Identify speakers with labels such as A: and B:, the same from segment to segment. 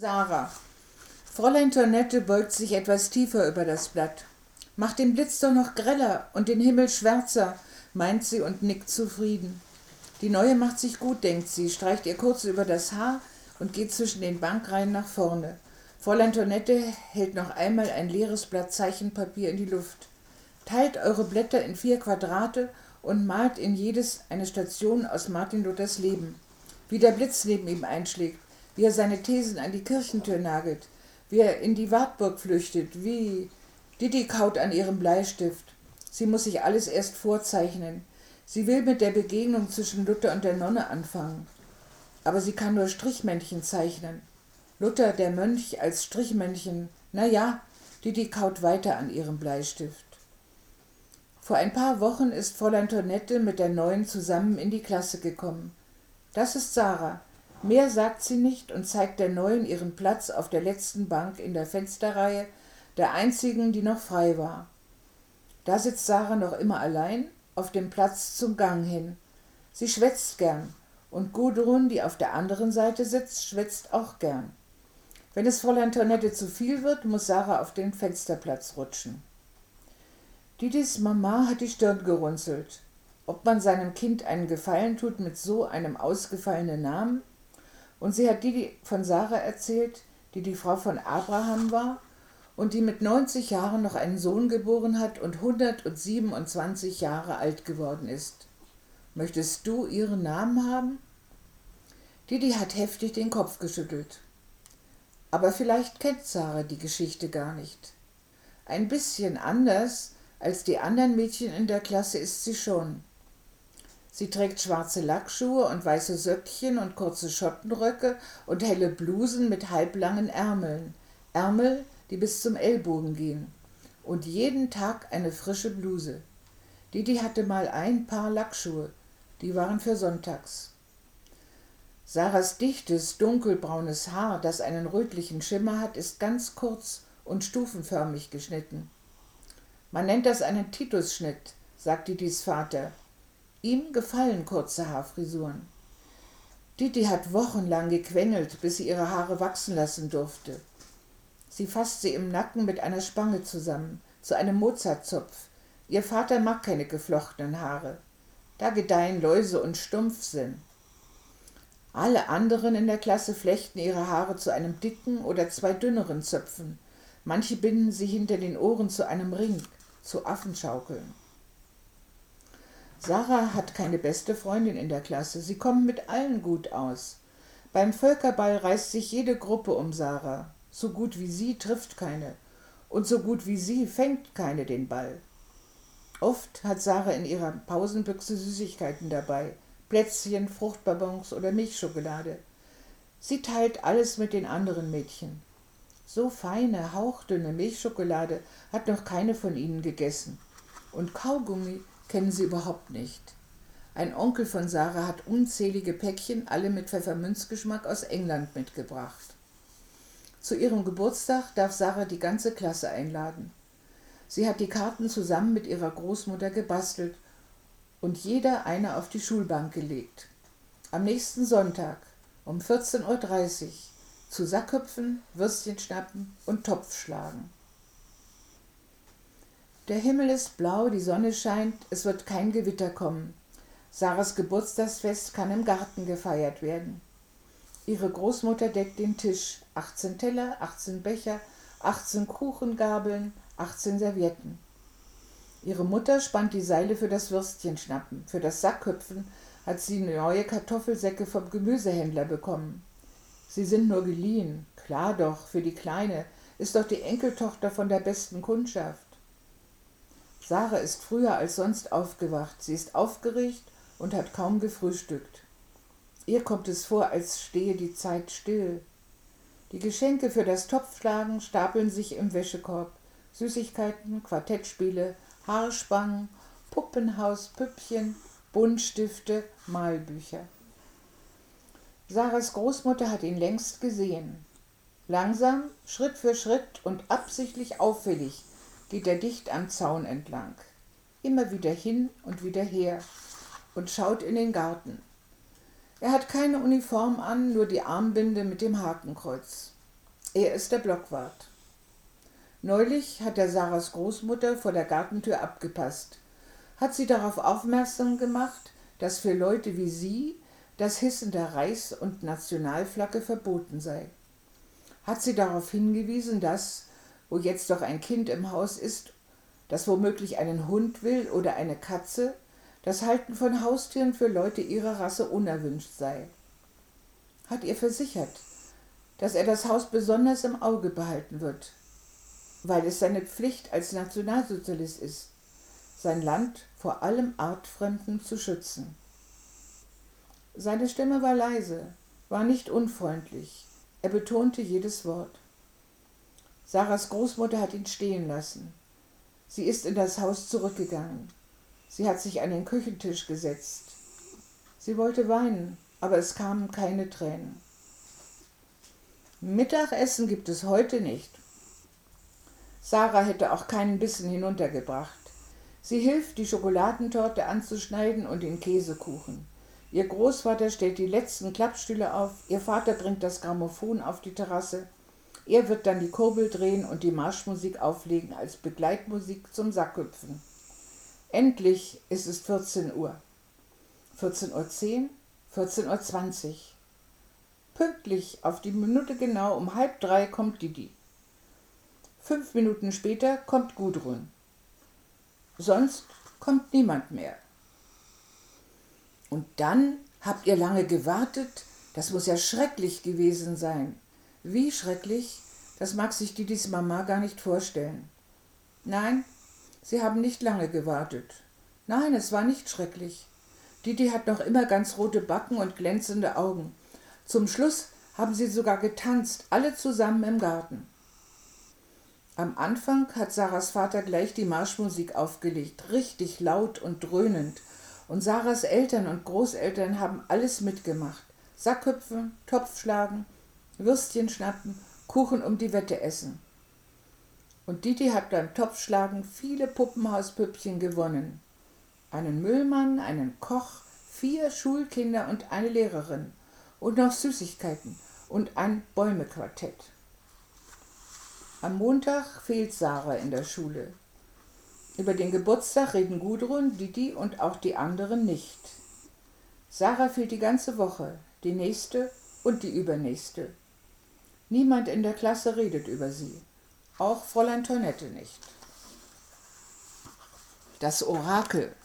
A: Sarah. Fräulein Tornette beugt sich etwas tiefer über das Blatt. Mach den Blitz doch noch greller und den Himmel schwärzer, meint sie und nickt zufrieden. Die Neue macht sich gut, denkt sie, streicht ihr kurz über das Haar und geht zwischen den Bankreihen nach vorne. Fräulein Tornette hält noch einmal ein leeres Blatt Zeichenpapier in die Luft. Teilt eure Blätter in 4 Quadrate und malt in jedes eine Station aus Martin Luthers Leben. Wie der Blitz neben ihm einschlägt, wie er seine Thesen an die Kirchentür nagelt, wie er in die Wartburg flüchtet, wie... Didi kaut an ihrem Bleistift. Sie muss sich alles erst vorzeichnen. Sie will mit der Begegnung zwischen Luther und der Nonne anfangen. Aber sie kann nur Strichmännchen zeichnen. Luther, der Mönch, als Strichmännchen. Na ja, Didi kaut weiter an ihrem Bleistift. Vor ein paar Wochen ist Fräulein Tornette mit der Neuen zusammen in die Klasse gekommen. Das ist Sarah. Mehr sagt sie nicht und zeigt der Neuen ihren Platz auf der letzten Bank in der Fensterreihe, der einzigen, die noch frei war. Da sitzt Sarah noch immer allein, auf dem Platz zum Gang hin. Sie schwätzt gern, und Gudrun, die auf der anderen Seite sitzt, schwätzt auch gern. Wenn es Fräulein Tornette zu viel wird, muss Sarah auf den Fensterplatz rutschen. Didis Mama hat die Stirn gerunzelt. Ob man seinem Kind einen Gefallen tut mit so einem ausgefallenen Namen? Und sie hat Didi von Sarah erzählt, die die Frau von Abraham war und die mit 90 Jahren noch einen Sohn geboren hat und 127 Jahre alt geworden ist. Möchtest du ihren Namen haben? Didi hat heftig den Kopf geschüttelt. Aber vielleicht kennt Sarah die Geschichte gar nicht. Ein bisschen anders als die anderen Mädchen in der Klasse ist sie schon. Sie trägt schwarze Lackschuhe und weiße Söckchen und kurze Schottenröcke und helle Blusen mit halblangen Ärmeln. Ärmel, die bis zum Ellbogen gehen. Und jeden Tag eine frische Bluse. Didi hatte mal ein Paar Lackschuhe, die waren für sonntags. Sarahs dichtes, dunkelbraunes Haar, das einen rötlichen Schimmer hat, ist ganz kurz und stufenförmig geschnitten. Man nennt das einen Titusschnitt, sagt Didis Vater. Ihm gefallen kurze Haarfrisuren. Didi hat wochenlang gequengelt, bis sie ihre Haare wachsen lassen durfte. Sie fasst sie im Nacken mit einer Spange zusammen, zu einem Mozartzopf. Ihr Vater mag keine geflochtenen Haare. Da gedeihen Läuse und Stumpfsinn. Alle anderen in der Klasse flechten ihre Haare zu einem dicken oder 2 dünneren Zöpfen. Manche binden sie hinter den Ohren zu einem Ring, zu Affenschaukeln. Sarah hat keine beste Freundin in der Klasse. Sie kommen mit allen gut aus. Beim Völkerball reißt sich jede Gruppe um Sarah. So gut wie sie trifft keine. Und so gut wie sie fängt keine den Ball. Oft hat Sarah in ihrer Pausenbüchse Süßigkeiten dabei. Plätzchen, Fruchtbonbons oder Milchschokolade. Sie teilt alles mit den anderen Mädchen. So feine, hauchdünne Milchschokolade hat noch keine von ihnen gegessen. Und Kaugummi kennen sie überhaupt nicht. Ein Onkel von Sarah hat unzählige Päckchen, alle mit Pfefferminzgeschmack, aus England mitgebracht. Zu ihrem Geburtstag darf Sarah die ganze Klasse einladen. Sie hat die Karten zusammen mit ihrer Großmutter gebastelt und jeder eine auf die Schulbank gelegt. Am nächsten Sonntag um 14:30 Uhr zu Sackhüpfen, Würstchen schnappen und Topf schlagen. Der Himmel ist blau, die Sonne scheint, es wird kein Gewitter kommen. Sarahs Geburtstagsfest kann im Garten gefeiert werden. Ihre Großmutter deckt den Tisch. 18 Teller, 18 Becher, 18 Kuchengabeln, 18 Servietten. Ihre Mutter spannt die Seile für das Würstchenschnappen. Für das Sackhüpfen hat sie neue Kartoffelsäcke vom Gemüsehändler bekommen. Sie sind nur geliehen. Klar doch, für die Kleine. Ist doch die Enkeltochter von der besten Kundschaft. Sarah ist früher als sonst aufgewacht. Sie ist aufgeregt und hat kaum gefrühstückt. Ihr kommt es vor, als stehe die Zeit still. Die Geschenke für das Topfschlagen stapeln sich im Wäschekorb. Süßigkeiten, Quartettspiele, Haarspangen, Puppenhaus, Püppchen, Buntstifte, Malbücher. Sarahs Großmutter hat ihn längst gesehen. Langsam, Schritt für Schritt und absichtlich auffällig geht er dicht am Zaun entlang. Immer wieder hin und wieder her und schaut in den Garten. Er hat keine Uniform an, nur die Armbinde mit dem Hakenkreuz. Er ist der Blockwart. Neulich hat er Sarahs Großmutter vor der Gartentür abgepasst, hat sie darauf aufmerksam gemacht, dass für Leute wie sie das Hissen der Reichs- und Nationalflagge verboten sei. Hat sie darauf hingewiesen, dass, wo jetzt doch ein Kind im Haus ist, das womöglich einen Hund will oder eine Katze, das Halten von Haustieren für Leute ihrer Rasse unerwünscht sei. Hat ihr versichert, dass er das Haus besonders im Auge behalten wird, weil es seine Pflicht als Nationalsozialist ist, sein Land vor allem Artfremden zu schützen. Seine Stimme war leise, war nicht unfreundlich, er betonte jedes Wort. Sarahs Großmutter hat ihn stehen lassen. Sie ist in das Haus zurückgegangen. Sie hat sich an den Küchentisch gesetzt. Sie wollte weinen, aber es kamen keine Tränen. Mittagessen gibt es heute nicht. Sarah hätte auch keinen Bissen hinuntergebracht. Sie hilft, die Schokoladentorte anzuschneiden und den Käsekuchen. Ihr Großvater stellt die letzten Klappstühle auf, ihr Vater bringt das Grammophon auf die Terrasse. Er wird dann die Kurbel drehen und die Marschmusik auflegen als Begleitmusik zum Sackhüpfen. Endlich ist es 14 Uhr. 14:10 Uhr, 14:20 Uhr. Pünktlich auf die Minute genau um 2:30 kommt Didi. 5 Minuten später kommt Gudrun. Sonst kommt niemand mehr. Und dann habt ihr lange gewartet? Das muss ja schrecklich gewesen sein. Wie schrecklich? Das mag sich Didis Mama gar nicht vorstellen. Nein, sie haben nicht lange gewartet. Nein, es war nicht schrecklich. Didi hat noch immer ganz rote Backen und glänzende Augen. Zum Schluss haben sie sogar getanzt, alle zusammen im Garten. Am Anfang hat Sarahs Vater gleich die Marschmusik aufgelegt, richtig laut und dröhnend. Und Sarahs Eltern und Großeltern haben alles mitgemacht. Sackhüpfen, Topfschlagen, Würstchen schnappen, Kuchen um die Wette essen. Und Didi hat beim Topfschlagen viele Puppenhauspüppchen gewonnen. Einen Müllmann, einen Koch, 4 Schulkinder und eine Lehrerin. Und noch Süßigkeiten und ein Bäumequartett. Am Montag fehlt Sarah in der Schule. Über den Geburtstag reden Gudrun, Didi und auch die anderen nicht. Sarah fehlt die ganze Woche, die nächste und die übernächste. Niemand in der Klasse redet über sie, auch Fräulein Tornette nicht. Das Orakel.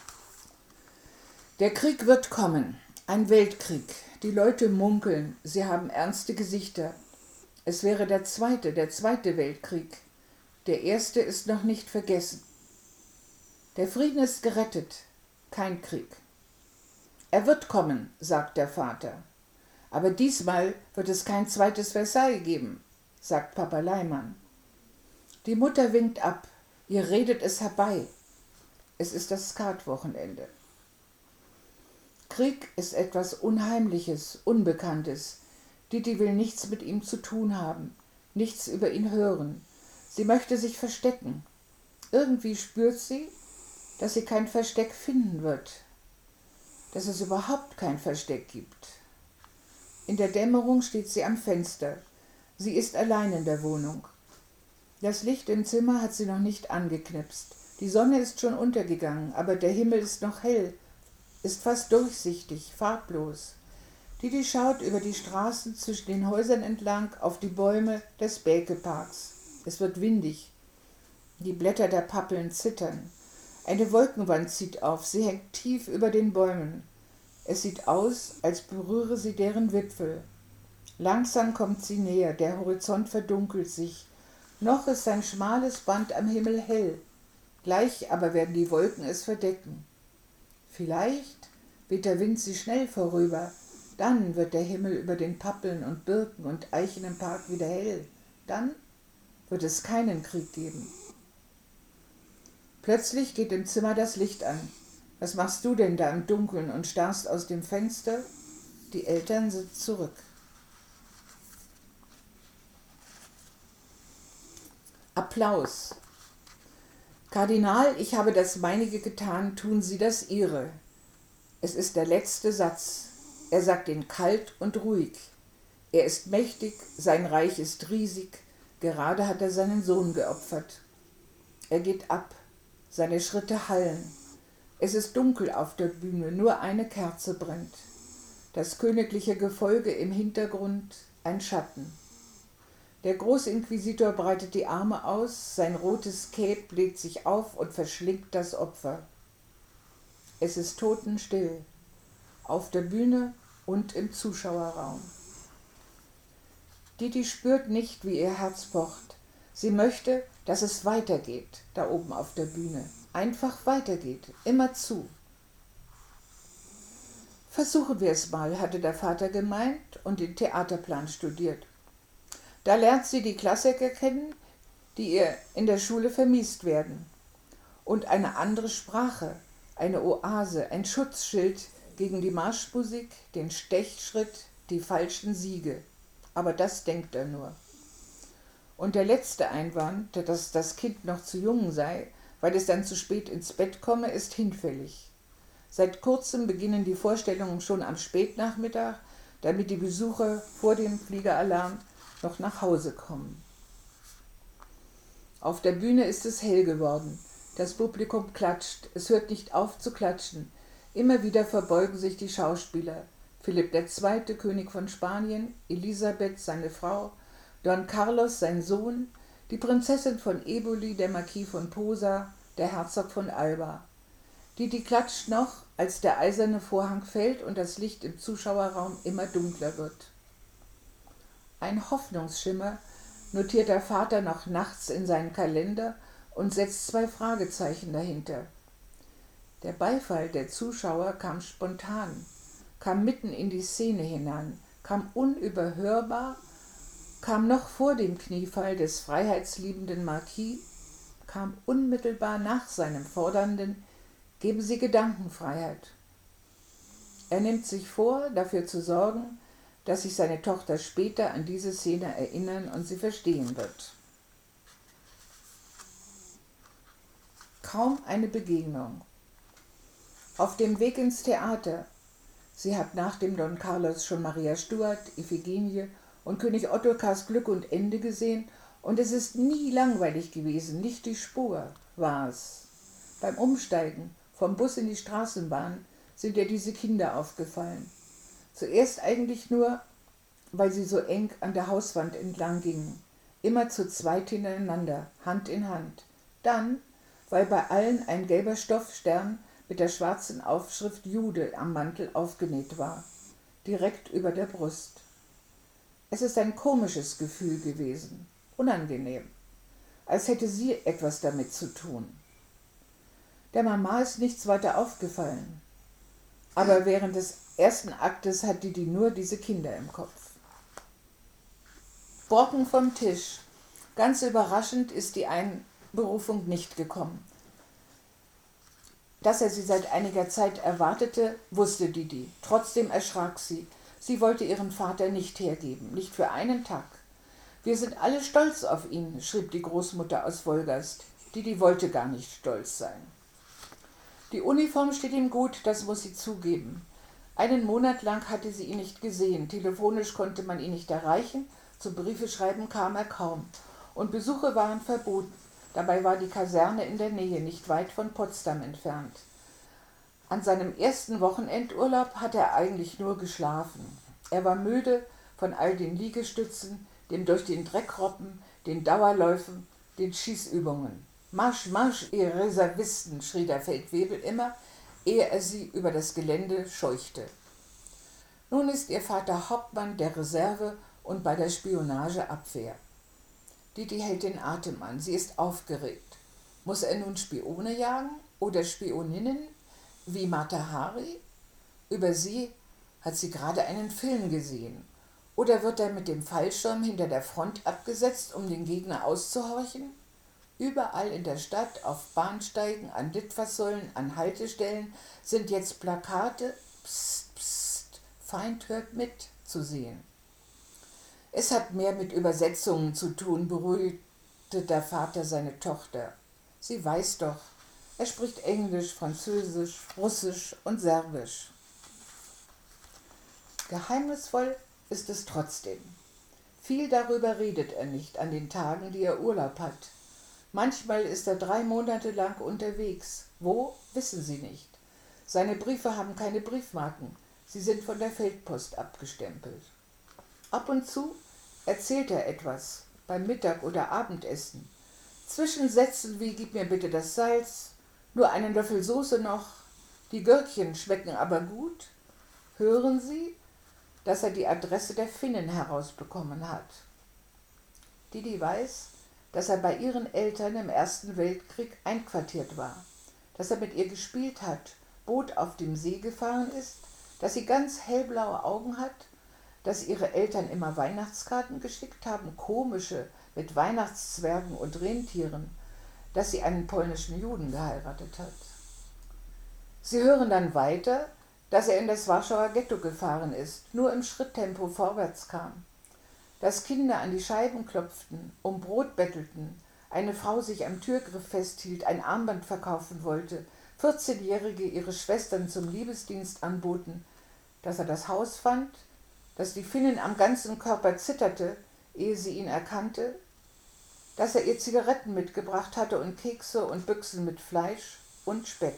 A: Der Krieg wird kommen, ein Weltkrieg. Die Leute munkeln, sie haben ernste Gesichter. Es wäre der zweite Weltkrieg. Der erste ist noch nicht vergessen. Der Frieden ist gerettet, kein Krieg. Er wird kommen, sagt der Vater. Aber diesmal wird es kein zweites Versailles geben, sagt Papa Leimann. Die Mutter winkt ab, ihr redet es herbei. Es ist das Skatwochenende. Krieg ist etwas Unheimliches, Unbekanntes. Didi will nichts mit ihm zu tun haben, nichts über ihn hören. Sie möchte sich verstecken. Irgendwie spürt sie, dass sie kein Versteck finden wird, dass es überhaupt kein Versteck gibt. In der Dämmerung steht sie am Fenster. Sie ist allein in der Wohnung. Das Licht im Zimmer hat sie noch nicht angeknipst. Die Sonne ist schon untergegangen, aber der Himmel ist noch hell, ist fast durchsichtig, farblos. Didi schaut über die Straßen zwischen den Häusern entlang auf die Bäume des Bäkeparks. Es wird windig. Die Blätter der Pappeln zittern. Eine Wolkenwand zieht auf, sie hängt tief über den Bäumen. Es sieht aus, als berühre sie deren Wipfel. Langsam kommt sie näher, der Horizont verdunkelt sich. Noch ist ein schmales Band am Himmel hell. Gleich aber werden die Wolken es verdecken. Vielleicht weht der Wind sie schnell vorüber. Dann wird der Himmel über den Pappeln und Birken und Eichen im Park wieder hell. Dann wird es keinen Krieg geben. Plötzlich geht im Zimmer das Licht an. Was machst du denn da im Dunkeln und starrst aus dem Fenster? Die Eltern sind zurück. Applaus. Kardinal, ich habe das meinige getan, tun Sie das Ihre. Es ist der letzte Satz. Er sagt ihn kalt und ruhig. Er ist mächtig, sein Reich ist riesig, gerade hat er seinen Sohn geopfert. Er geht ab, seine Schritte hallen. Es ist dunkel auf der Bühne, nur eine Kerze brennt. Das königliche Gefolge im Hintergrund, ein Schatten. Der Großinquisitor breitet die Arme aus, sein rotes Cape bläht sich auf und verschlingt das Opfer. Es ist totenstill, auf der Bühne und im Zuschauerraum. Didi spürt nicht, wie ihr Herz pocht. Sie möchte, dass es weitergeht, da oben auf der Bühne. Einfach weitergeht, immer zu. Versuchen wir es mal, hatte der Vater gemeint und den Theaterplan studiert. Da lernt sie die Klassiker kennen, die ihr in der Schule vermiest werden. Und eine andere Sprache, eine Oase, ein Schutzschild gegen die Marschmusik, den Stechschritt, die falschen Siege. Aber das denkt er nur. Und der letzte Einwand, dass das Kind noch zu jung sei, weil es dann zu spät ins Bett komme, ist hinfällig. Seit kurzem beginnen die Vorstellungen schon am Spätnachmittag, damit die Besucher vor dem Fliegeralarm noch nach Hause kommen. Auf der Bühne ist es hell geworden. Das Publikum klatscht. Es hört nicht auf zu klatschen. Immer wieder verbeugen sich die Schauspieler. Philipp II., König von Spanien, Elisabeth, seine Frau, Don Carlos, sein Sohn, die Prinzessin von Eboli, der Marquis von Posa, der Herzog von Alba. Didi klatscht noch, als der eiserne Vorhang fällt und das Licht im Zuschauerraum immer dunkler wird. Ein Hoffnungsschimmer notiert der Vater noch nachts in seinen Kalender und setzt 2 Fragezeichen dahinter. Der Beifall der Zuschauer kam spontan, kam mitten in die Szene hinein, kam unüberhörbar, kam noch vor dem Kniefall des freiheitsliebenden Marquis, kam unmittelbar nach seinem fordernden „Geben Sie Gedankenfreiheit". Er nimmt sich vor, dafür zu sorgen, dass sich seine Tochter später an diese Szene erinnern und sie verstehen wird. Kaum eine Begegnung. Auf dem Weg ins Theater. Sie hat nach dem Don Carlos schon Maria Stuart, Iphigenie und König Ottokars Glück und Ende gesehen und es ist nie langweilig gewesen, nicht die Spur war es. Beim Umsteigen vom Bus in die Straßenbahn sind ihr diese Kinder aufgefallen. Zuerst eigentlich nur, weil sie so eng an der Hauswand entlang gingen, immer zu zweit hintereinander, Hand in Hand. Dann, weil bei allen ein gelber Stoffstern mit der schwarzen Aufschrift Jude am Mantel aufgenäht war, direkt über der Brust. Es ist ein komisches Gefühl gewesen, unangenehm, als hätte sie etwas damit zu tun. Der Mama ist nichts weiter aufgefallen, aber während des ersten Aktes hat Didi nur diese Kinder im Kopf. Brocken vom Tisch. Ganz überraschend ist die Einberufung nicht gekommen. Dass er sie seit einiger Zeit erwartete, wusste Didi. Trotzdem erschrak sie. Sie wollte ihren Vater nicht hergeben, nicht für einen Tag. Wir sind alle stolz auf ihn, schrieb die Großmutter aus Wolgast. Didi wollte gar nicht stolz sein. Die Uniform steht ihm gut, das muss sie zugeben. Einen Monat lang hatte sie ihn nicht gesehen, telefonisch konnte man ihn nicht erreichen, zum Briefeschreiben kam er kaum. Und Besuche waren verboten. Dabei war die Kaserne in der Nähe, nicht weit von Potsdam entfernt. An seinem ersten Wochenendurlaub hatte er eigentlich nur geschlafen. Er war müde von all den Liegestützen, dem durch den Dreck robben, den Dauerläufen, den Schießübungen. »Marsch, Marsch, ihr Reservisten«, schrie der Feldwebel immer, ehe er sie über das Gelände scheuchte. Nun ist ihr Vater Hauptmann der Reserve und bei der Spionageabwehr. Didi hält den Atem an, sie ist aufgeregt. Muss er nun Spione jagen oder Spioninnen wie Mata Hari? Über sie hat sie gerade einen Film gesehen. Oder wird er mit dem Fallschirm hinter der Front abgesetzt, um den Gegner auszuhorchen? Überall in der Stadt, auf Bahnsteigen, an Litfaßsäulen, an Haltestellen sind jetzt Plakate »Psst, Psst, Feind hört mit« zu sehen. Es hat mehr mit Übersetzungen zu tun, beruhigte der Vater seine Tochter. Sie weiß doch, er spricht Englisch, Französisch, Russisch und Serbisch. Geheimnisvoll ist es trotzdem. Viel darüber redet er nicht an den Tagen, die er Urlaub hat. Manchmal ist er 3 Monate lang unterwegs. Wo, wissen sie nicht. Seine Briefe haben keine Briefmarken. Sie sind von der Feldpost abgestempelt. Ab und zu erzählt er etwas, beim Mittag- oder Abendessen. Zwischen Sätzen wie „Gib mir bitte das Salz", „Nur einen Löffel Soße noch", „Die Gürkchen schmecken aber gut", hören Sie, dass er die Adresse der Finnen herausbekommen hat. Didi weiß, dass er bei ihren Eltern im Ersten Weltkrieg einquartiert war, dass er mit ihr gespielt hat, Boot auf dem See gefahren ist, dass sie ganz hellblaue Augen hat, dass ihre Eltern immer Weihnachtskarten geschickt haben, komische, mit Weihnachtszwergen und Rentieren, dass sie einen polnischen Juden geheiratet hat. Sie hören dann weiter, dass er in das Warschauer Ghetto gefahren ist, nur im Schritttempo vorwärts kam, dass Kinder an die Scheiben klopften, um Brot bettelten, eine Frau sich am Türgriff festhielt, ein Armband verkaufen wollte, 14-Jährige ihre Schwestern zum Liebesdienst anboten, dass er das Haus fand, dass die Finnin am ganzen Körper zitterte, ehe sie ihn erkannte, dass er ihr Zigaretten mitgebracht hatte und Kekse und Büchsen mit Fleisch und Speck.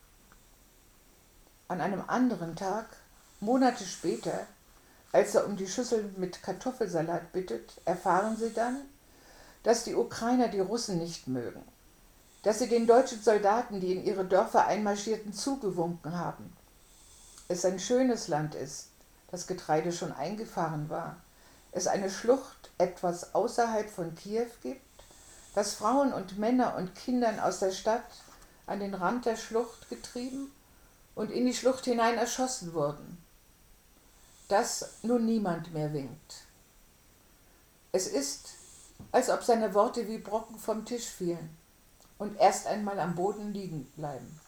A: An einem anderen Tag, Monate später, als er um die Schüssel mit Kartoffelsalat bittet, erfahren sie dann, dass die Ukrainer die Russen nicht mögen, dass sie den deutschen Soldaten, die in ihre Dörfer einmarschierten, zugewunken haben. Es ein schönes Land ist, das Getreide schon eingefahren war, es eine Schlucht etwas außerhalb von Kiew gibt, dass Frauen und Männer und Kindern aus der Stadt an den Rand der Schlucht getrieben und in die Schlucht hinein erschossen wurden. Dass nun niemand mehr winkt. Es ist, als ob seine Worte wie Brocken vom Tisch fielen und erst einmal am Boden liegen bleiben.